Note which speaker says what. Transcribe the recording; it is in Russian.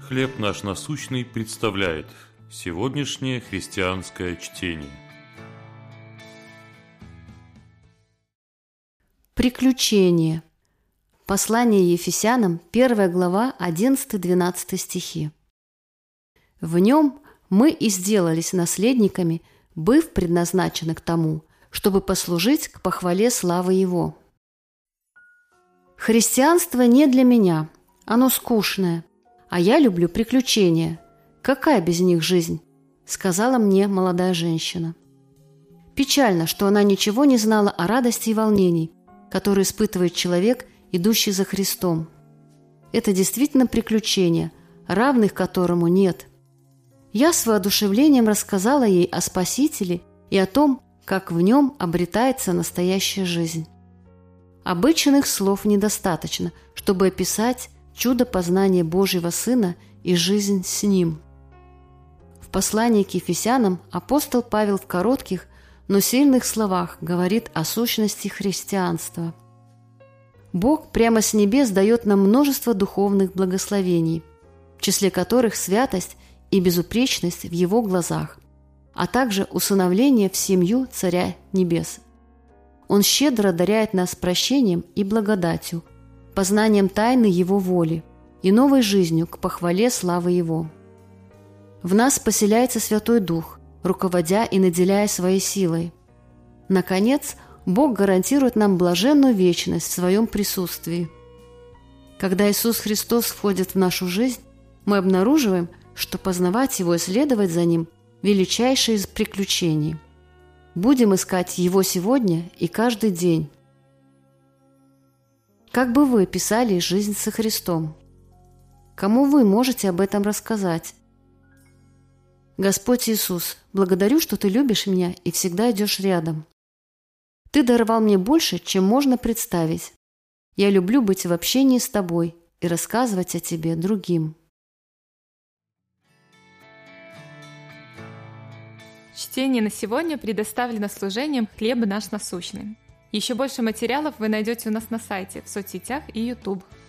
Speaker 1: «Хлеб наш насущный» представляет сегодняшнее христианское чтение.
Speaker 2: Приключение. Послание Ефесянам, 1 глава, 11-12 стихи. В нем мы и сделались наследниками, быв предназначены к тому, чтобы послужить к похвале славы Его. Христианство не для меня, оно скучное, а я люблю приключения. Какая без них жизнь? Сказала мне молодая женщина. Печально, что она ничего не знала о радости и волнении, которые испытывает человек, идущий за Христом. Это действительно приключение, равных которому нет. Я с воодушевлением рассказала ей о Спасителе и о том, как в нем обретается настоящая жизнь. Обычных слов недостаточно, чтобы описать чудо познания Божьего Сына и жизнь с Ним. В послании к Ефесянам апостол Павел в коротких, но сильных словах говорит о сущности христианства. Бог прямо с небес дает нам множество духовных благословений, в числе которых святость и безупречность в Его глазах, а также усыновление в семью Царя Небес. Он щедро одаряет нас прощением и благодатью, познанием тайны Его воли и новой жизнью к похвале славы Его. В нас поселяется Святой Дух, руководя и наделяя своей силой. Наконец, Бог гарантирует нам блаженную вечность в Своем присутствии. Когда Иисус Христос входит в нашу жизнь, мы обнаруживаем, что познавать Его и следовать за Ним – величайшее из приключений. Будем искать Его сегодня и каждый день. Как бы вы писали жизнь со Христом? Кому вы можете об этом рассказать? Господь Иисус, благодарю, что Ты любишь меня и всегда идешь рядом. Ты даровал мне больше, чем можно представить. Я люблю быть в общении с Тобой и рассказывать о Тебе другим.
Speaker 3: Чтение на сегодня предоставлено служением «Хлеб наш насущный». Еще больше материалов вы найдете у нас на сайте, в соцсетях и YouTube.